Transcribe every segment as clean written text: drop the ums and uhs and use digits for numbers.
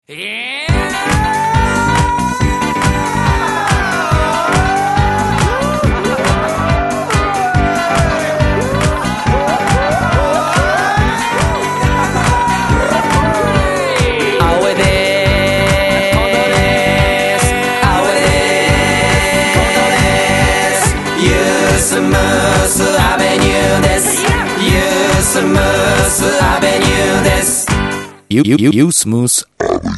スムースアベニューです。ユースムースアベニューです。ユースムースアベニュー。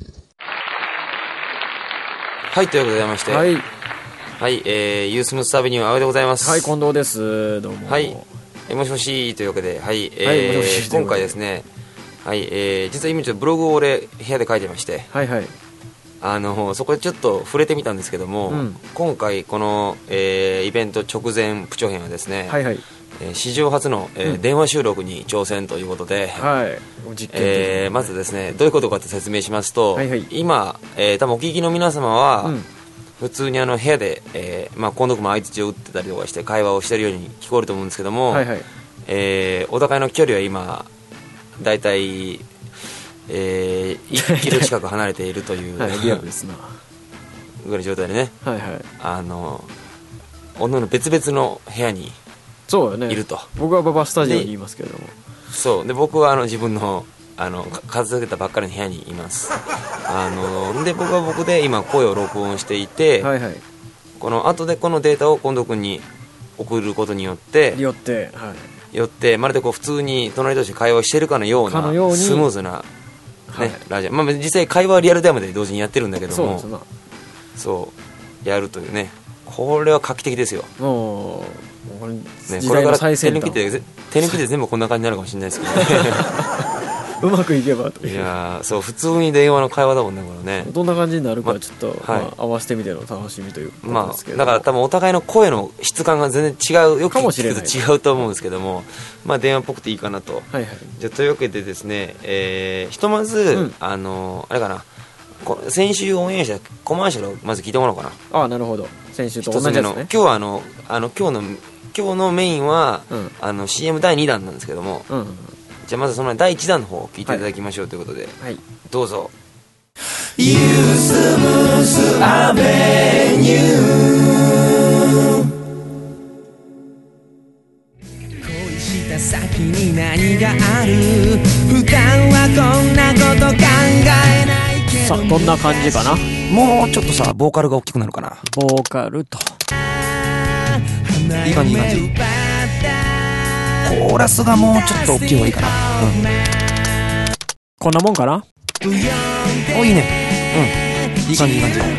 はい、ということでございまして、はい、はい、ユースムースアベニュー阿部でございます。 はい、近藤です。どうも。 はい、もしもしというわけで、はい、 もしもし今回ですね、はい、実は今ちょっとブログを俺部屋で書いてまして、 はいはい。 そこでちょっと触れてみたんですけども、今回この、イベント直前プチョ編はですね、はいはい、史上初の、電話収録に挑戦ということで、はい、実験まずですねどういうことかって説明しますと、はいはい、今、多分お聞きの皆様は、普通に部屋で、近藤君も相槌を打ってたりとかして会話をしているように聞こえると思うんですけども、はいはい、お互いの距離は今だいたい1キロ近く離れているという、はい、 リアルですなぐらいの状態でね、はいはい、おのおの別々の部屋にそうよね、 いると。 僕はババスタジオにいますけれども、 そうで僕は自分の片付けたばっかりの部屋にいますで僕は僕で今声を録音していて、はいはい、この後でこのデータを近藤君に送ることによって、まるでこう普通に隣同士で会話をしているかのようなスムーズなね、ラジオ、実際会話はリアルタイムで同時にやってるんだけども、そうやるというね、これは画期的ですよ。これから手抜きで全部こんな感じになるかもしれないですけどねうまくいけばといやそう普通に電話の会話だもんね、これね。 どんな感じになるかちょっと、合わせてみての楽しみということですけど、 だから多分お互いの声の質感が全然違う、よく聞くと違うと思うんですけども、電話っぽくていいかなと、はいはい、じゃというわけでですね、ひとまず、あれかな、先週オンエアしたコマーシャルをまず聞いてもらおうかな。 あ、なるほど。先週と同じですね。 今日は今日のメインは、CM 第2弾なんですけども、じゃあまずその第1弾の方を聞いていただきましょうということで、はい、どうぞ。ユースムースアベニュー。恋した先に何がある。普段はこんなこと考えないけど。 さあどんな感じかな。 もうちょっとさボーカルが大きくなるかな。 ボーカルといい感じいい感じ。コーラスがもうちょっと大きい方がいいかな。 こんなもんかな。 お、いいね。いい感じいい感じ。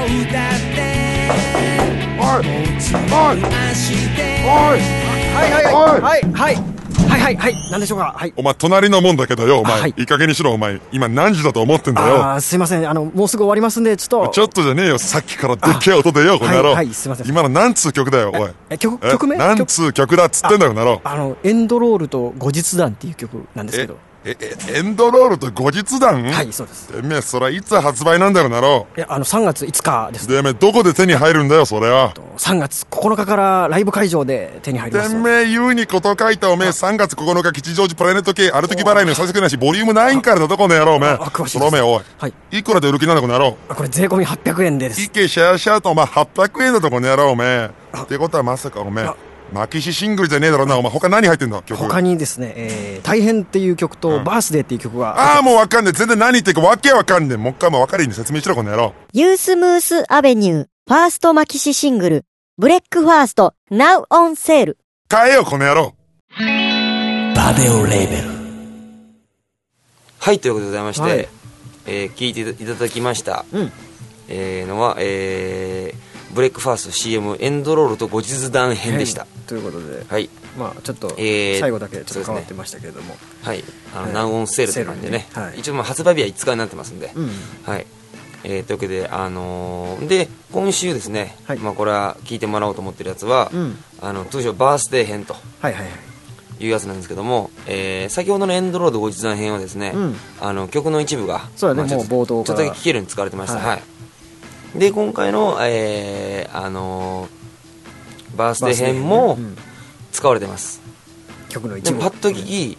何でしょうか。はい。 お前隣のもんだけどよ、お前、いい加減にしろ。お前今何時だと思ってんだよ。 すいません、もうすぐ終わりますんで、ちょっとじゃねえよ、さっきからでっけえ音でよ、この野郎。 はい、すいません。 今の何通曲だよ、おい。 曲名？ 何通曲だっつってんだよ、この野郎。 エンドロールと後日談っていう曲なんですけど。 エンドロールと後日談？ はい、そうです。 てめえ、それはいつ発売なんだよなろう。 いや、3月5日です。 てめえ、どこで手に入るんだよ、それは。 3月9日からライブ会場で手に入ります。 てめえ、言うにこと書いたおめえ、3月9日吉祥寺プラネット系ある時払いの最速なし、ボリューム9からだとこの野郎、おめえ。そのおめえ、おい。はい。いくらで売る気なんだ、この野郎。 これ税込み800円です。 いけ、シャーシャーと、お前、800円だとこの野郎、おめえ。ってことはまさか、おめえ。マキシシングルじゃねえだろうな。お前他何入ってんの曲。 他にですね、大変っていう曲と、バースデーっていう曲が。 ああ、もうわかんねえ。全然何言ってるかわけわかんねえ。もう一回もわかるように説明しろ、この野郎。 ユースムースアベニュー、ファーストマキシシングル、ブレックファースト、Now on Sale。 買えよ、この野郎。 バデオレーベル。はい、ということでございまして、はい、聞いていただきました、のは、ブレックファースト CM エンドロールと後日談編でした、 ということで、 はい、 ちょっと最後だけちょっと変わってましたけれども、 はい、ナウオンセールという感じでね、一応発売日は5日になってますんで、はい、というわけで、で今週ですね、これは聞いてもらおうと思ってるやつは、通称バースデー編というやつなんですけども、先ほどのエンドロール後日談編はですね、曲の一部がちょっとだけ聴けるように使われてました。はい。で今回の、バースデー編も使われてます。 曲の一部。 でもパッと聞き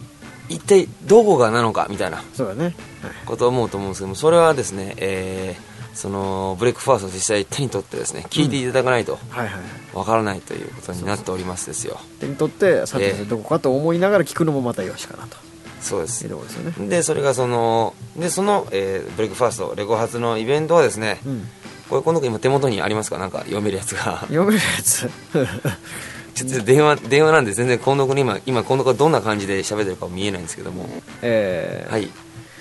一体どこがなのかみたいなそうだね、 ことを思うと思うんですけども、それはですね、そのブレックファーストを実際手に取ってですね聞いていただかないとわからないということになっておりますですよ。 手に取ってさてどこかと思いながら聞くのもまたよしかなと。 そうです。 いうところですよね。 でそれがそのブレックファーストレコ発のイベントはですね、これ今度今手元にありますか、なんか読めるやつが読めるやつちょっと電話なんで全然近藤君に今近藤がどんな感じで喋ってるか見えないんですけども、はい、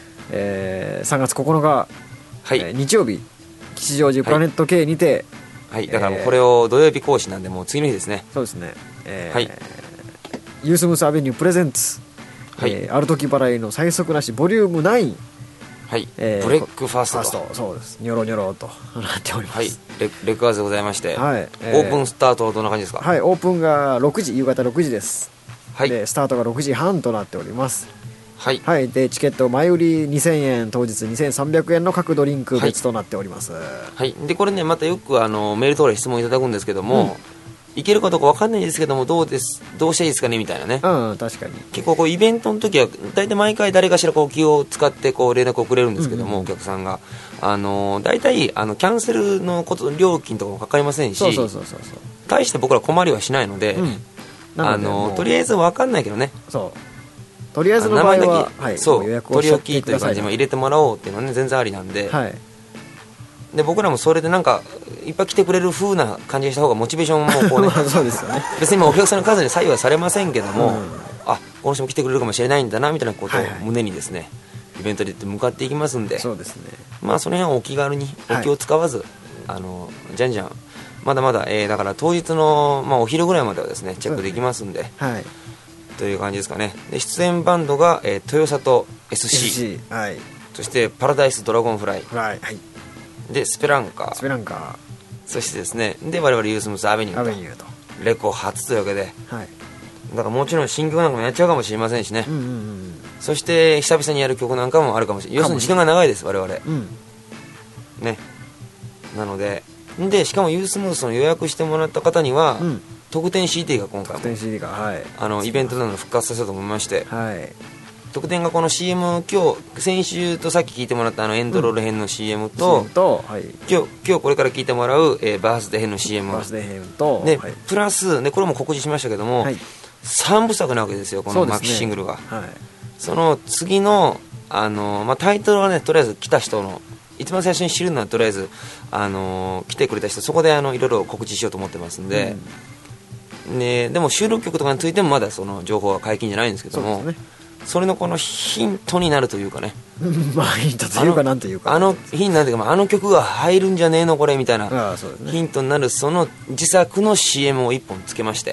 3月9日、 はい、 日曜日吉祥寺プラネット K にて、 はい、だからもうこれを土曜日更新なんでもう次の日ですね。 そうですね、 はい、 ユースムースアベニュープレゼンツ、はい、ある時払いの最速なしボリューム9、 はい、ブレックファーストと、 そうです、ニョロニョロとなっております。 はい、レックアーズでございまして、はい、オープンスタートはどんな感じですか。 はい、オープンが6時、夕方6時です。 はい、 でスタートが6時半となっております。 はい、 はい、でチケット前売り2000円当日2300円の各ドリンク別となっております。はい、 はい、でこれねまたよくメール等で質問いただくんですけども、いけるかどうか分かんないですけどもどうしていいですかねみたいなね、 確かに結構こうイベントの時は大体毎回誰かしらこう気を使ってこう連絡をくれるんですけども、お客さんが大体キャンセルの料金とかもかかりませんし、大して僕ら困りはしないので、とりあえず分かんないけどね、 とりあえずの場合は、 そう予約を取り置きという感じで入れてもらおうっていうのはね全然ありなんで、で僕らもそれでなんかいっぱい来てくれる風な感じにした方がモチベーションもこうねそうですよね、 別に今お客さんの数に左右はされませんけども、あこの人も来てくれるかもしれないんだなみたいなことを胸にですね、イベントで向かっていきますんで、 そうですね、 まあその辺はお気軽にお気を使わず、じゃんじゃんまだまだ、だから当日の、お昼ぐらいまではですねチェックできますんで、という感じですかね。で出演バンドが、豊里 SC、そしてパラダイスドラゴンフライ、でスペランカー、そしてですねで我々ユースムースアベニューとレコ初というわけで、だからもちろん新曲なんかもやっちゃうかもしれませんしね、そして久々にやる曲なんかもあるかもしれない。要するに時間が長いです我々、ね。なのでしかもユースムースの予約してもらった方には、特典 CD が今回もイベントなど復活させようと思いまして、特典がこの CM 今日先週とさっき聞いてもらったエンドロール編の CM と、今日これから聞いてもらう、バースデー編の CM で、プラスでこれも告知しましたけども、3部作なわけですよこのマキシングルが。その次の、タイトルはねとりあえず来た人の一番最初に知るのはとりあえず、来てくれた人そこでいろいろ告知しようと思ってますんで、でも収録曲とかについてもまだその情報は解禁じゃないんですけども、それのこのヒントになるというかねヒントというかなんというかヒントなんていうか曲が入るんじゃねえのこれみたいなヒントになるその自作の CM を1本つけまして、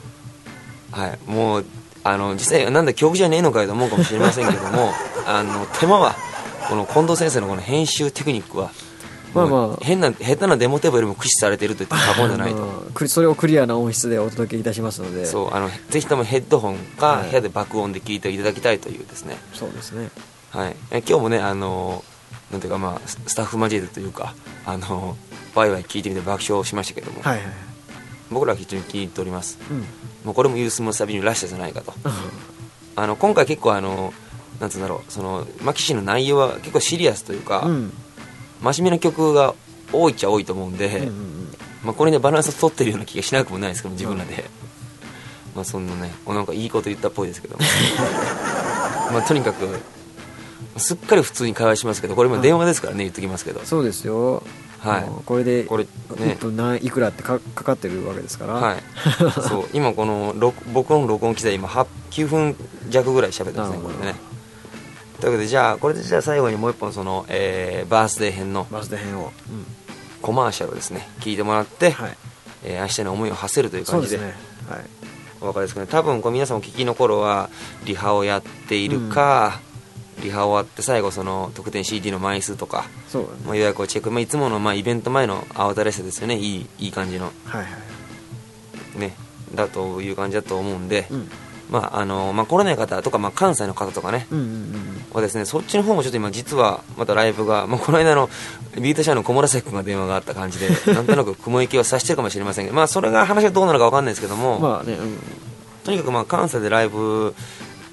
もう実際なんだ曲じゃねえのかよと思うかもしれませんけども手間はこの近藤先生のこの編集テクニックは下手なデモテープよりも駆使されていると言っても過言じゃないと、 それをクリアな音質でお届けいたしますので、 ぜひともヘッドホンか部屋で爆音で聴いていただきたいというですね。 そうですね、 今日もねなんていうかスタッフ交えてというかワイワイ聴いてみて爆笑しましたけども、僕らは非常に気に入っております、もうこれもユースムースアベニューらしさじゃないかと今回結構なんつうんだろうそのマキシの内容は結構シリアスというか、真面目な曲が多いっちゃ多いと思うんで、これでバランスを取ってるような気がしなくもないですけど自分らで、そんなねなんかいいこと言ったっぽいですけどとにかくすっかり普通に会話しますけどこれも電話ですからね、言っときますけど。 そうですよ、これで1分いくらってかかってるわけですから、 そう今この僕の録音機材今9分弱ぐらい喋ってますねこれでね。というわけでこれで最後にもう一本その、バースデー編を、コマーシャルをですね聞いてもらって、明日の思いを馳せるという感じで、お分かりですかね。多分皆さんお聞きの頃はリハをやっているか、リハ終わって最後その特典 CD の枚数とか、予約をチェック、いつものイベント前の慌ただしさですよね。いい感じの、ねだという感じだと思うんで、来れない方とか、関西の方とかね、はですね、そっちの方もちょっと今実はまたライブが、この間のビートシャーの小紫君が電話があった感じでなんとなく雲行きをさしてるかもしれませんけど、それが話がどうなのか分かんないですけども、とにかく関西でライブ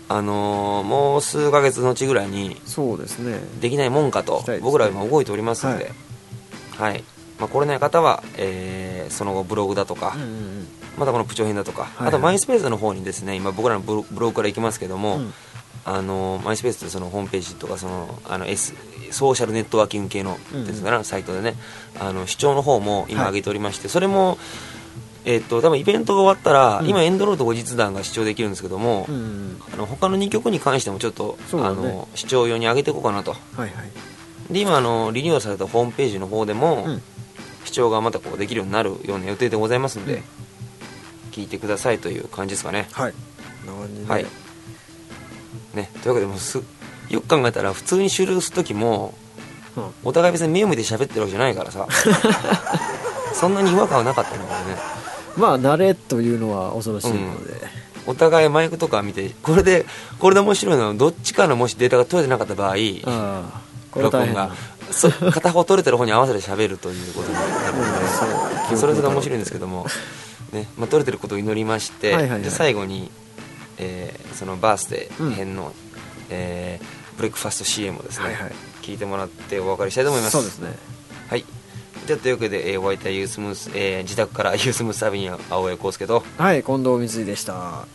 もう数ヶ月のうちぐらいにそうですねできないもんかと僕らは今動いておりますので、はい、まあ、来れない方は、その後ブログだとか、またこのプチョ編だとか、あとマイスペースの方にですね、今僕らのブログから行きますけども、マイスペースってそのホームページとかソーシャルネットワーキング系のですから、サイトでね、視聴の方も今上げておりまして、それも多分イベントが終わったら、今エンドロールと後日談が視聴できるんですけども、他の2曲に関してもちょっと、視聴用に上げていこうかなと、で今リニューアルされたホームページの方でも、視聴がまたこうできるようになるような予定でございますので、聞いてくださいという感じですかね。はい、はいね、というわけでよく考えたら普通に収録する時も、お互い別に目を見て喋ってるわけじゃないからさそんなに違和感はなかったのかね。 まあ慣れというのは恐ろしいので、 お互いマイクとか見てこれで面白いのはどっちかのもしデータが取れてなかった場合、録音が片方取れてる方に合わせて喋るということになるので、それぞれ面白いんですけども、ね、まあ、取れてることを祈りまして、で最後に、そのバースデー編の、ブレックファスト CM をですね、聞いてもらってお別れしたいと思います。 そうですね。 はい。じゃあというわけで、お相手はユースムース、自宅からユースムースアビニュー青江康介と、 はい、近藤光でした。 はい。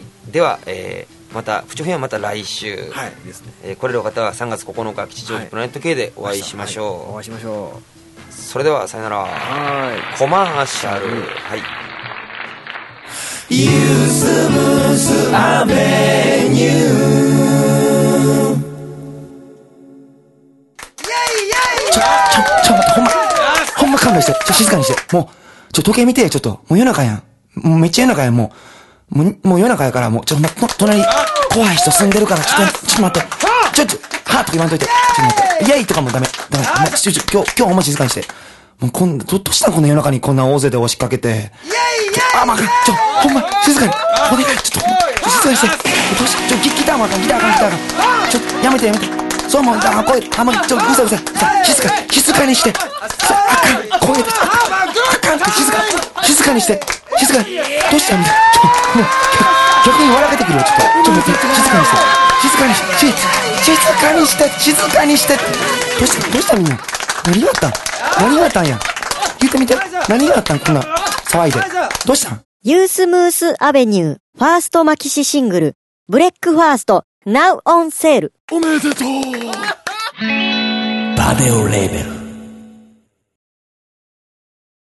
では、またプチョ編はまた来週、 はいですね、 来れる方は3月9日吉祥寺プラネット系でお会いしましょう。 お会いしましょう。 それではさよなら。コマーシャル。はい。 ユースムースアベニュー。 ちょ待って、ほんま勘弁して。静かにして。もう、時計見て、ちょっと。もう夜中やん。もうめっちゃ夜中やん、もう夜中やから、もう、隣、怖い人住んでるから、ちょっと待って。はぁとか言わんといて。ちょっと待って。イェイとかもダメ。今日ほんま静かにして。もうどうしたんこの夜中にこんな大勢で押しかけて。イェイイェイほんま、静かに。お願い、ちょっと静かにして。どうしたギターもあかん。やめて。そうもう、声、あんまり、うるさい。静かにして。声で、あかんって、静かにして。どうしたんだもう、逆に笑けてくるよ、ちょっと待って、静かにして。どうしたみんな。何があったんや。言ってみて。何があったんこんな、騒いで。どうしたんユースムースアベニュー、ファーストマキシシングル、ブレックファースト、Now on Sale。 おめでとう。バデオレーベル。